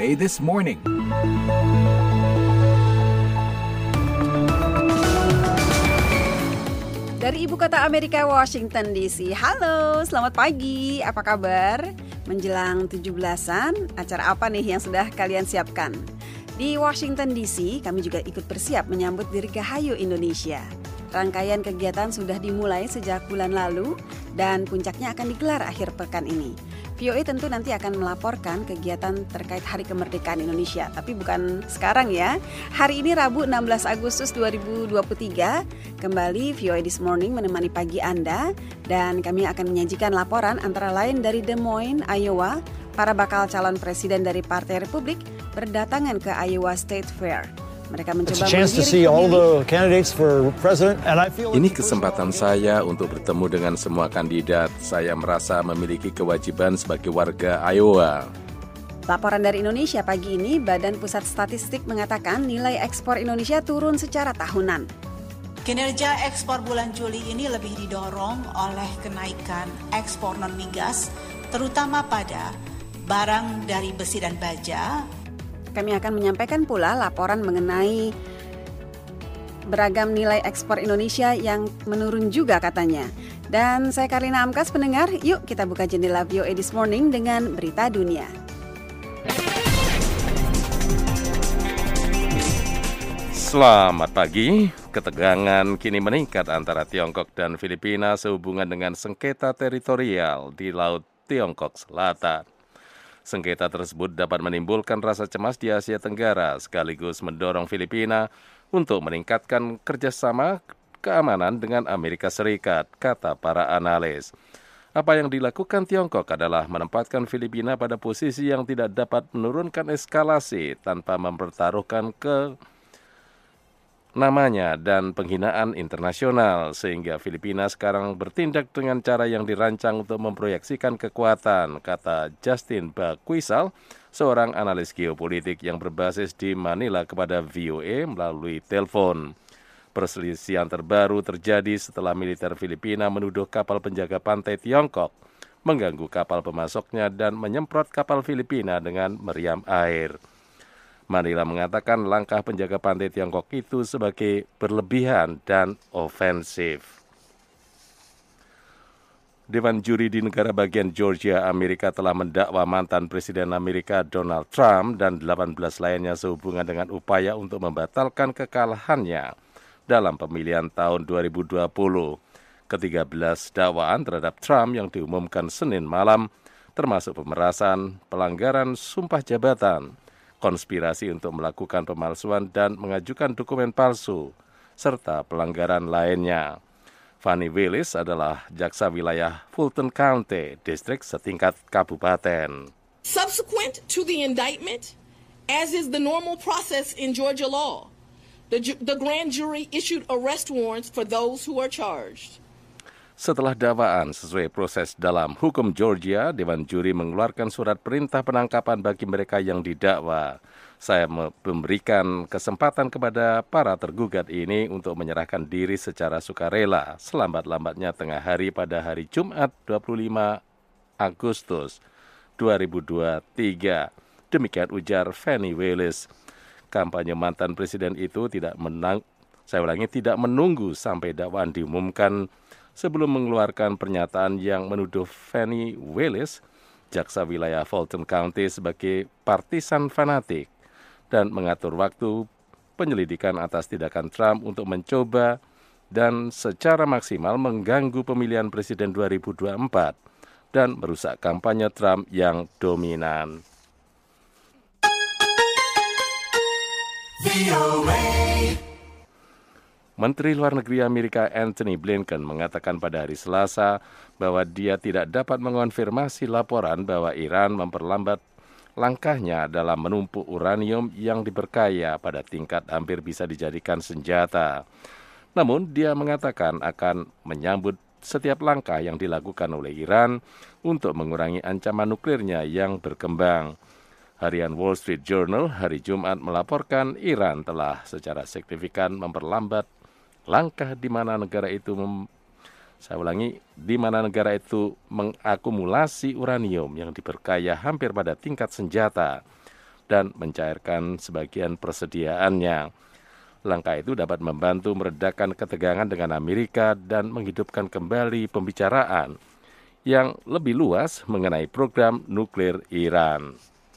VOA This Morning. Dari ibu kota Amerika, Washington DC. Halo, selamat pagi. Apa kabar? Menjelang 17-an, acara apa nih yang sudah kalian siapkan? Di Washington DC, kami juga ikut bersiap menyambut Dirgahayu Indonesia. Rangkaian kegiatan sudah dimulai sejak bulan lalu dan puncaknya akan digelar akhir pekan ini. VOA tentu nanti akan melaporkan kegiatan terkait Hari Kemerdekaan Indonesia, tapi bukan sekarang ya. Hari ini Rabu 16 Agustus 2023, kembali VOA This Morning menemani pagi Anda dan kami akan menyajikan laporan antara lain dari Des Moines, Iowa. Para bakal calon presiden dari Partai Republik berdatangan ke Iowa State Fair. Mereka mencoba Ini kesempatan saya untuk bertemu dengan semua kandidat. Saya merasa memiliki kewajiban sebagai warga Iowa. Laporan dari Indonesia pagi ini, Badan Pusat Statistik mengatakan nilai ekspor Indonesia turun secara tahunan. Kinerja ekspor bulan Juli ini lebih didorong oleh kenaikan ekspor non-migas, terutama pada barang dari besi dan baja. Kami akan menyampaikan pula laporan mengenai beragam nilai ekspor Indonesia yang menurun juga katanya. Dan saya Karina Amkas, pendengar, yuk kita buka jendela VOA This Morning dengan berita dunia. Selamat pagi. Ketegangan kini meningkat antara Tiongkok dan Filipina sehubungan dengan sengketa teritorial di Laut Tiongkok Selatan. Sengketa tersebut dapat menimbulkan rasa cemas di Asia Tenggara sekaligus mendorong Filipina untuk meningkatkan kerjasama keamanan dengan Amerika Serikat, kata para analis. Apa yang dilakukan Tiongkok adalah menempatkan Filipina pada posisi yang tidak dapat menurunkan eskalasi tanpa mempertaruhkan namanya dan penghinaan internasional, sehingga Filipina sekarang bertindak dengan cara yang dirancang untuk memproyeksikan kekuatan, kata Justin Baquisal, seorang analis geopolitik yang berbasis di Manila kepada VOA melalui telepon. Perselisihan terbaru terjadi setelah militer Filipina menuduh kapal penjaga pantai Tiongkok mengganggu kapal pemasoknya dan menyemprot kapal Filipina dengan meriam air. Manila mengatakan langkah penjaga pantai Tiongkok itu sebagai berlebihan dan ofensif. Dewan Juri di negara bagian Georgia, Amerika telah mendakwa mantan Presiden Amerika Donald Trump dan 18 lainnya sehubungan dengan upaya untuk membatalkan kekalahannya dalam pemilihan tahun 2020. Ke-13 dakwaan terhadap Trump yang diumumkan Senin malam termasuk pemerasan, pelanggaran sumpah jabatan, konspirasi untuk melakukan pemalsuan dan mengajukan dokumen palsu, serta pelanggaran lainnya. Fani Willis adalah jaksa wilayah Fulton County, distrik setingkat kabupaten. Subsequent to the indictment, as is the normal process in Georgia law, the grand jury issued arrest warrants for those who are charged. Setelah dakwaan sesuai proses dalam hukum Georgia, Dewan Juri mengeluarkan surat perintah penangkapan bagi mereka yang didakwa. Saya memberikan kesempatan kepada para tergugat ini untuk menyerahkan diri secara sukarela selambat-lambatnya tengah hari pada hari Jumat 25 Agustus 2023. Demikian ujar Fani Willis. Kampanye mantan presiden itu tidak menunggu sampai dakwaan diumumkan sebelum mengeluarkan pernyataan yang menuduh Fani Willis, jaksa wilayah Fulton County, sebagai partisan fanatik dan mengatur waktu penyelidikan atas tindakan Trump untuk mencoba dan secara maksimal mengganggu pemilihan presiden 2024 dan merusak kampanye Trump yang dominan. Menteri Luar Negeri Amerika Antony Blinken mengatakan pada hari Selasa bahwa dia tidak dapat mengonfirmasi laporan bahwa Iran memperlambat langkahnya dalam menumpuk uranium yang diperkaya pada tingkat hampir bisa dijadikan senjata. Namun dia mengatakan akan menyambut setiap langkah yang dilakukan oleh Iran untuk mengurangi ancaman nuklirnya yang berkembang. Harian Wall Street Journal hari Jumat melaporkan Iran telah secara signifikan memperlambat langkah di mana negara itu mengakumulasi uranium yang diperkaya hampir pada tingkat senjata dan mencairkan sebagian persediaannya. Langkah itu dapat membantu meredakan ketegangan dengan Amerika dan menghidupkan kembali pembicaraan yang lebih luas mengenai program nuklir Iran.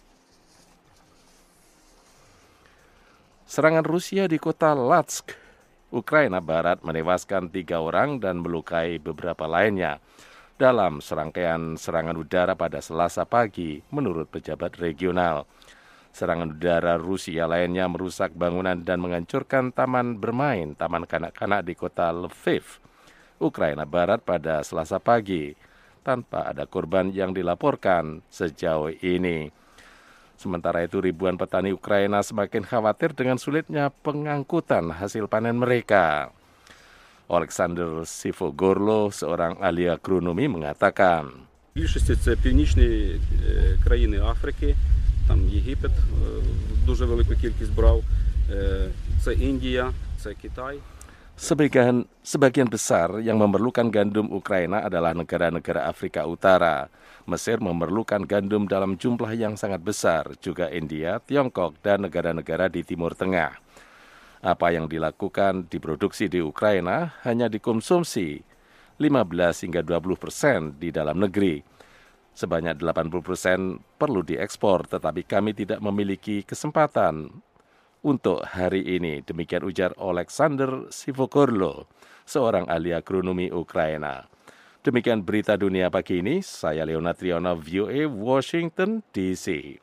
Serangan Rusia di kota Latsk, Ukraina Barat menewaskan 3 orang dan melukai beberapa lainnya dalam serangkaian serangan udara pada Selasa pagi, menurut pejabat regional. Serangan udara Rusia lainnya merusak bangunan dan menghancurkan taman kanak-kanak di kota Lviv, Ukraina Barat pada Selasa pagi, tanpa ada korban yang dilaporkan sejauh ini. Sementara itu ribuan petani Ukraina semakin khawatir dengan sulitnya pengangkutan hasil panen mereka. Олександр Сифогорло, seorang ahli agronomi, mengatakan, більшості це північні країни Африки, там Єгипет дуже велику кількість брав, це Індія, це Китай. Sebagian besar yang memerlukan gandum Ukraina adalah negara-negara Afrika Utara. Mesir memerlukan gandum dalam jumlah yang sangat besar, juga India, Tiongkok, dan negara-negara di Timur Tengah. Apa yang diproduksi di Ukraina hanya dikonsumsi 15 hingga 20% di dalam negeri. Sebanyak 80% perlu diekspor, tetapi kami tidak memiliki kesempatan untuk hari ini. Demikian ujar Oleksandr Sifogorlo, seorang ahli agronomi Ukraina. Demikian berita dunia pagi ini. Saya Leonard Triono, VOA Washington DC.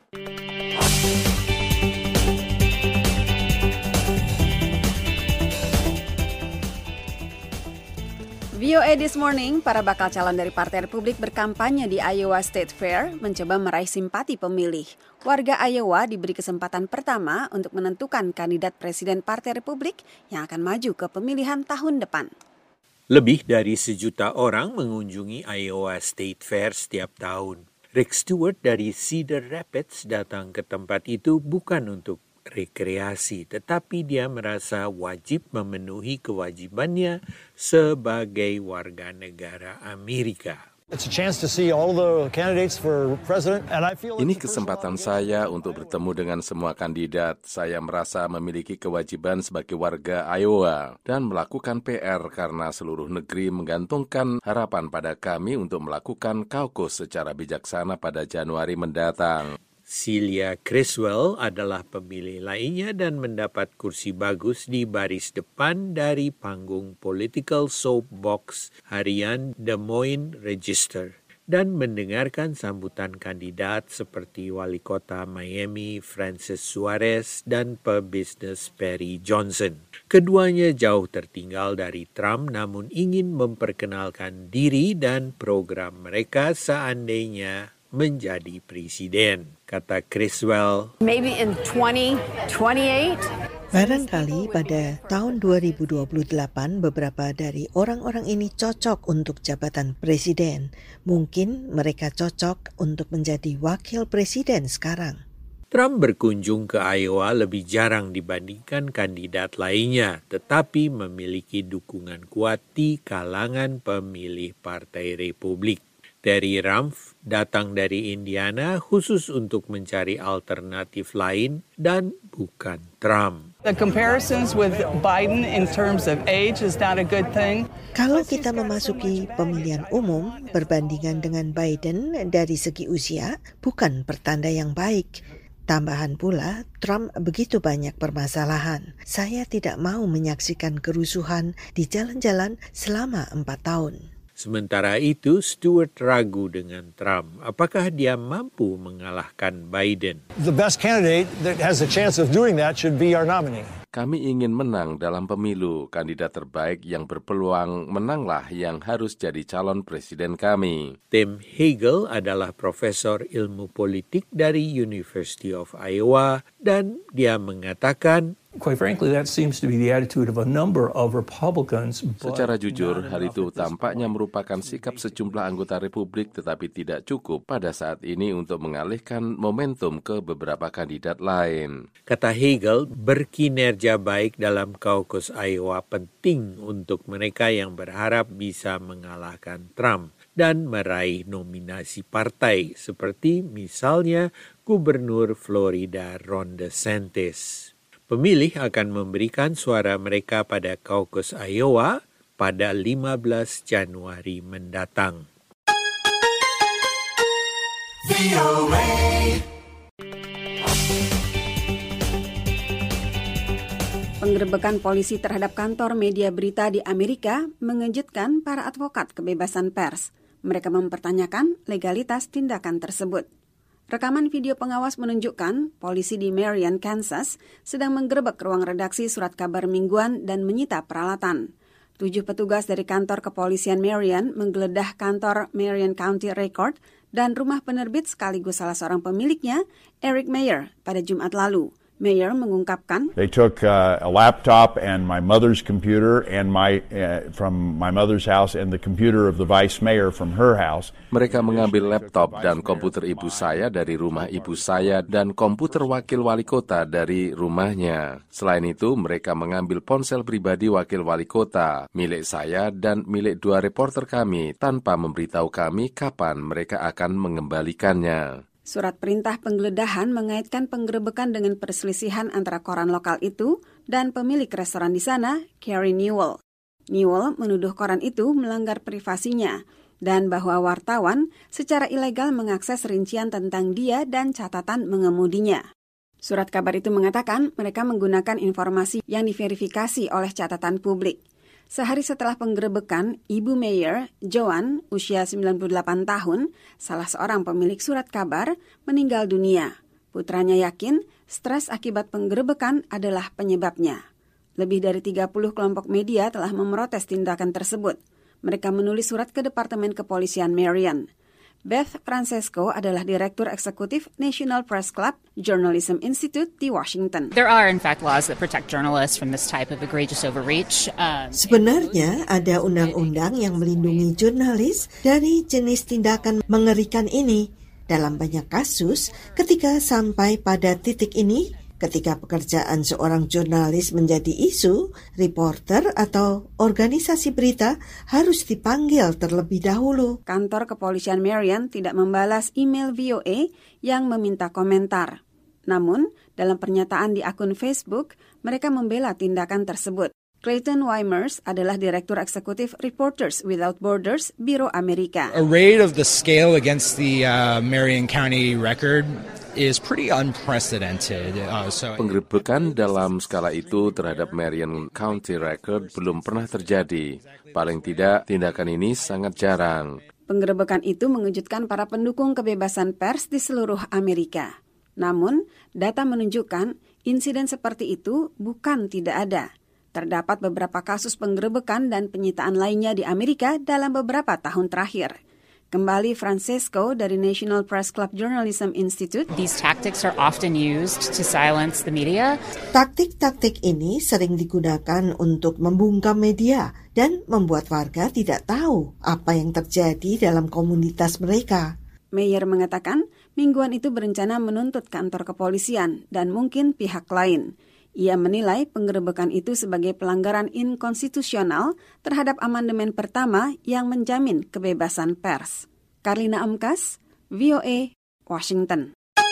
VOA This Morning, para bakal calon dari Partai Republik berkampanye di Iowa State Fair mencoba meraih simpati pemilih. Warga Iowa diberi kesempatan pertama untuk menentukan kandidat Presiden Partai Republik yang akan maju ke pemilihan tahun depan. Lebih dari 1 juta orang mengunjungi Iowa State Fair setiap tahun. Rick Stewart dari Cedar Rapids datang ke tempat itu bukan untuk rekreasi, tetapi dia merasa wajib memenuhi kewajibannya sebagai warga negara Amerika. Ini kesempatan saya untuk bertemu dengan semua kandidat. Saya merasa memiliki kewajiban sebagai warga Iowa dan melakukan PR karena seluruh negeri menggantungkan harapan pada kami untuk melakukan kaukus secara bijaksana pada Januari mendatang. Celia Criswell adalah pemilih lainnya dan mendapat kursi bagus di baris depan dari panggung Political Soapbox harian Des Moines Register dan mendengarkan sambutan kandidat seperti Wali Kota Miami Francis Suarez dan pebisnis Perry Johnson. Keduanya jauh tertinggal dari Trump namun ingin memperkenalkan diri dan program mereka seandainya menjadi presiden, kata Criswell. Maybe in 2028. Barangkali pada tahun 2028 beberapa dari orang-orang ini cocok untuk jabatan presiden. Mungkin mereka cocok untuk menjadi wakil presiden sekarang. Trump berkunjung ke Iowa lebih jarang dibandingkan kandidat lainnya, tetapi memiliki dukungan kuat di kalangan pemilih Partai Republik. Terry Rumpf datang dari Indiana khusus untuk mencari alternatif lain dan bukan Trump. The comparisons with Biden in terms of age is not a good thing. Kalau kita memasuki pemilihan umum, perbandingan dengan Biden dari segi usia bukan pertanda yang baik. Tambahan pula, Trump begitu banyak permasalahan. Saya tidak mau menyaksikan kerusuhan di jalan-jalan selama 4 tahun. Sementara itu, Stewart ragu dengan Trump. Apakah dia mampu mengalahkan Biden? The best candidate that has a chance of doing that should be our nominee. Kami ingin menang dalam pemilu. Kandidat terbaik yang berpeluang menanglah yang harus jadi calon presiden kami. Tim Hagel adalah profesor ilmu politik dari University of Iowa dan dia mengatakan, Quite frankly, that seems to be the attitude of a number of Republicans. Secara jujur, hal itu tampaknya merupakan sikap sejumlah anggota Republik tetapi tidak cukup pada saat ini untuk mengalihkan momentum ke beberapa kandidat lain. Kata Hagel, berkinerja baik dalam kaukus Iowa penting untuk mereka yang berharap bisa mengalahkan Trump dan meraih nominasi partai, seperti misalnya Gubernur Florida Ron DeSantis. Pemilih akan memberikan suara mereka pada kaukus Iowa pada 15 Januari mendatang. Penggerebekan polisi terhadap kantor media berita di Amerika mengejutkan para advokat kebebasan pers. Mereka mempertanyakan legalitas tindakan tersebut. Rekaman video pengawas menunjukkan polisi di Marion, Kansas, sedang menggerebek ruang redaksi surat kabar mingguan dan menyita peralatan. 7 petugas dari kantor kepolisian Marion menggeledah kantor Marion County Record dan rumah penerbit sekaligus salah seorang pemiliknya, Eric Mayer, pada Jumat lalu. Mayer mengungkapkan, They took a laptop and my mother's computer and from my mother's house and the computer of the vice mayor from her house. Mereka mengambil laptop dan komputer ibu saya dari rumah ibu saya dan komputer wakil wali kota dari rumahnya. Selain itu, mereka mengambil ponsel pribadi wakil wali kota, milik saya dan milik 2 reporter kami tanpa memberitahu kami kapan mereka akan mengembalikannya. Surat perintah penggeledahan mengaitkan penggerebekan dengan perselisihan antara koran lokal itu dan pemilik restoran di sana, Carrie Newell. Newell menuduh koran itu melanggar privasinya dan bahwa wartawan secara ilegal mengakses rincian tentang dia dan catatan mengemudinya. Surat kabar itu mengatakan mereka menggunakan informasi yang diverifikasi oleh catatan publik. Sehari setelah penggerebekan, Ibu Mayer, Joan, usia 98 tahun, salah seorang pemilik surat kabar, meninggal dunia. Putranya yakin stres akibat penggerebekan adalah penyebabnya. Lebih dari 30 kelompok media telah memprotes tindakan tersebut. Mereka menulis surat ke Departemen Kepolisian Marion. Beth Francesco adalah Direktur Eksekutif National Press Club Journalism Institute di Washington. There are in fact laws that protect journalists from this type of egregious overreach. Sebenarnya ada undang-undang yang melindungi jurnalis dari jenis tindakan mengerikan ini. Dalam banyak kasus, ketika sampai pada titik ini, ketika pekerjaan seorang jurnalis menjadi isu, reporter atau organisasi berita harus dipanggil terlebih dahulu. Kantor kepolisian Marion tidak membalas email VOA yang meminta komentar. Namun, dalam pernyataan di akun Facebook, mereka membela tindakan tersebut. Clayton Weimers adalah Direktur Eksekutif Reporters Without Borders, Biro Amerika. A raid of the scale against the Marion County Record is pretty unprecedented. Penggerebekan dalam skala itu terhadap Marion County Record belum pernah terjadi. Paling tidak, tindakan ini sangat jarang. Penggerebekan itu mengejutkan para pendukung kebebasan pers di seluruh Amerika. Namun, data menunjukkan insiden seperti itu bukan tidak ada. Terdapat beberapa kasus penggerebekan dan penyitaan lainnya di Amerika dalam beberapa tahun terakhir. Kembali Francesco dari National Press Club Journalism Institute. These tactics are often used to silence the media. Taktik-taktik ini sering digunakan untuk membungkam media dan membuat warga tidak tahu apa yang terjadi dalam komunitas mereka. Mayer mengatakan mingguan itu berencana menuntut kantor kepolisian dan mungkin pihak lain. Ia menilai penggerebekan itu sebagai pelanggaran inkonstitusional terhadap amandemen pertama yang menjamin kebebasan pers. Karlina Amkas, VOA, Washington.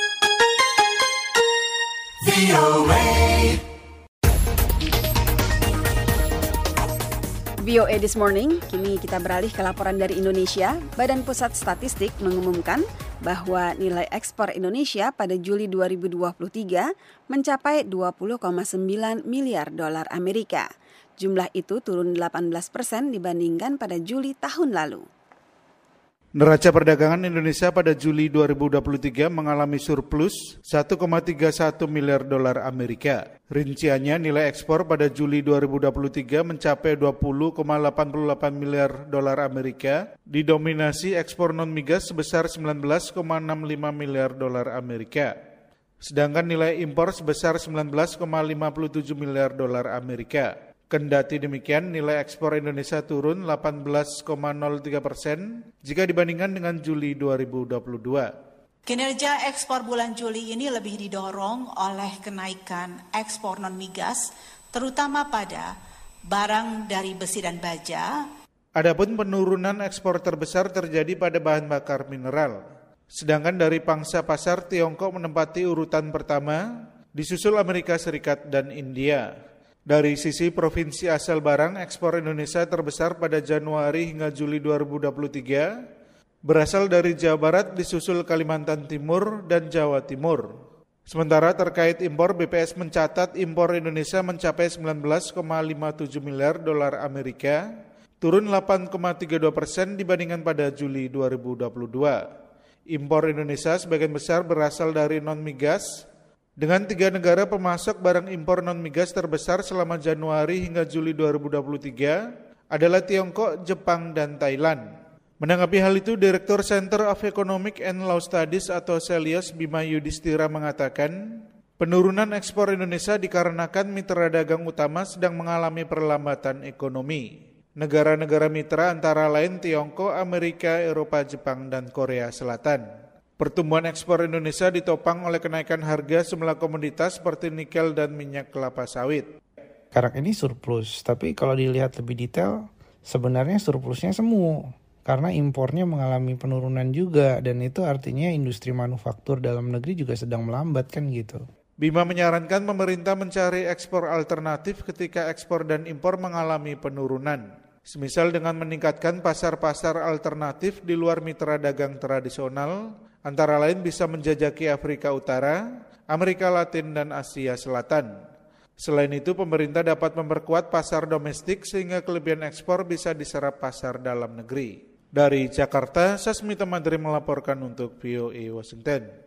VOA This Morning, kini kita beralih ke laporan dari Indonesia. Badan Pusat Statistik mengumumkan bahwa nilai ekspor Indonesia pada Juli 2023 mencapai 20,9 miliar dolar Amerika. Jumlah itu turun 18% dibandingkan pada Juli tahun lalu. Neraca perdagangan Indonesia pada Juli 2023 mengalami surplus 1,31 miliar dolar Amerika. Rinciannya nilai ekspor pada Juli 2023 mencapai 20,88 miliar dolar Amerika, didominasi ekspor non-migas sebesar 19,65 miliar dolar Amerika. Sedangkan nilai impor sebesar 19,57 miliar dolar Amerika. Kendati demikian, nilai ekspor Indonesia turun 18,03% jika dibandingkan dengan Juli 2022. Kinerja ekspor bulan Juli ini lebih didorong oleh kenaikan ekspor non-migas, terutama pada barang dari besi dan baja. Adapun penurunan ekspor terbesar terjadi pada bahan bakar mineral. Sedangkan dari pangsa pasar, Tiongkok menempati urutan pertama, disusul Amerika Serikat dan India. Dari sisi provinsi asal barang, ekspor Indonesia terbesar pada Januari hingga Juli 2023 berasal dari Jawa Barat, disusul Kalimantan Timur dan Jawa Timur. Sementara terkait impor, BPS mencatat impor Indonesia mencapai 19,57 miliar dolar Amerika, turun 8,32% dibandingkan pada Juli 2022. Impor Indonesia sebagian besar berasal dari non-migas, dengan 3 negara pemasok barang impor non-migas terbesar selama Januari hingga Juli 2023 adalah Tiongkok, Jepang, dan Thailand. Menanggapi hal itu, Direktur Center of Economic and Law Studies atau CELIOS Bima Yudhistira mengatakan, penurunan ekspor Indonesia dikarenakan mitra dagang utama sedang mengalami perlambatan ekonomi. Negara-negara mitra antara lain Tiongkok, Amerika, Eropa, Jepang, dan Korea Selatan. Pertumbuhan ekspor Indonesia ditopang oleh kenaikan harga sejumlah komoditas seperti nikel dan minyak kelapa sawit. Sekarang ini surplus, tapi kalau dilihat lebih detail, sebenarnya surplusnya semu. Karena impornya mengalami penurunan juga, dan itu artinya industri manufaktur dalam negeri juga sedang melambat kan gitu. Bima menyarankan pemerintah mencari ekspor alternatif ketika ekspor dan impor mengalami penurunan. Semisal dengan meningkatkan pasar-pasar alternatif di luar mitra dagang tradisional, antara lain bisa menjajaki Afrika Utara, Amerika Latin, dan Asia Selatan. Selain itu, pemerintah dapat memperkuat pasar domestik sehingga kelebihan ekspor bisa diserap pasar dalam negeri. Dari Jakarta, Sasmita Madri melaporkan untuk VOA Washington.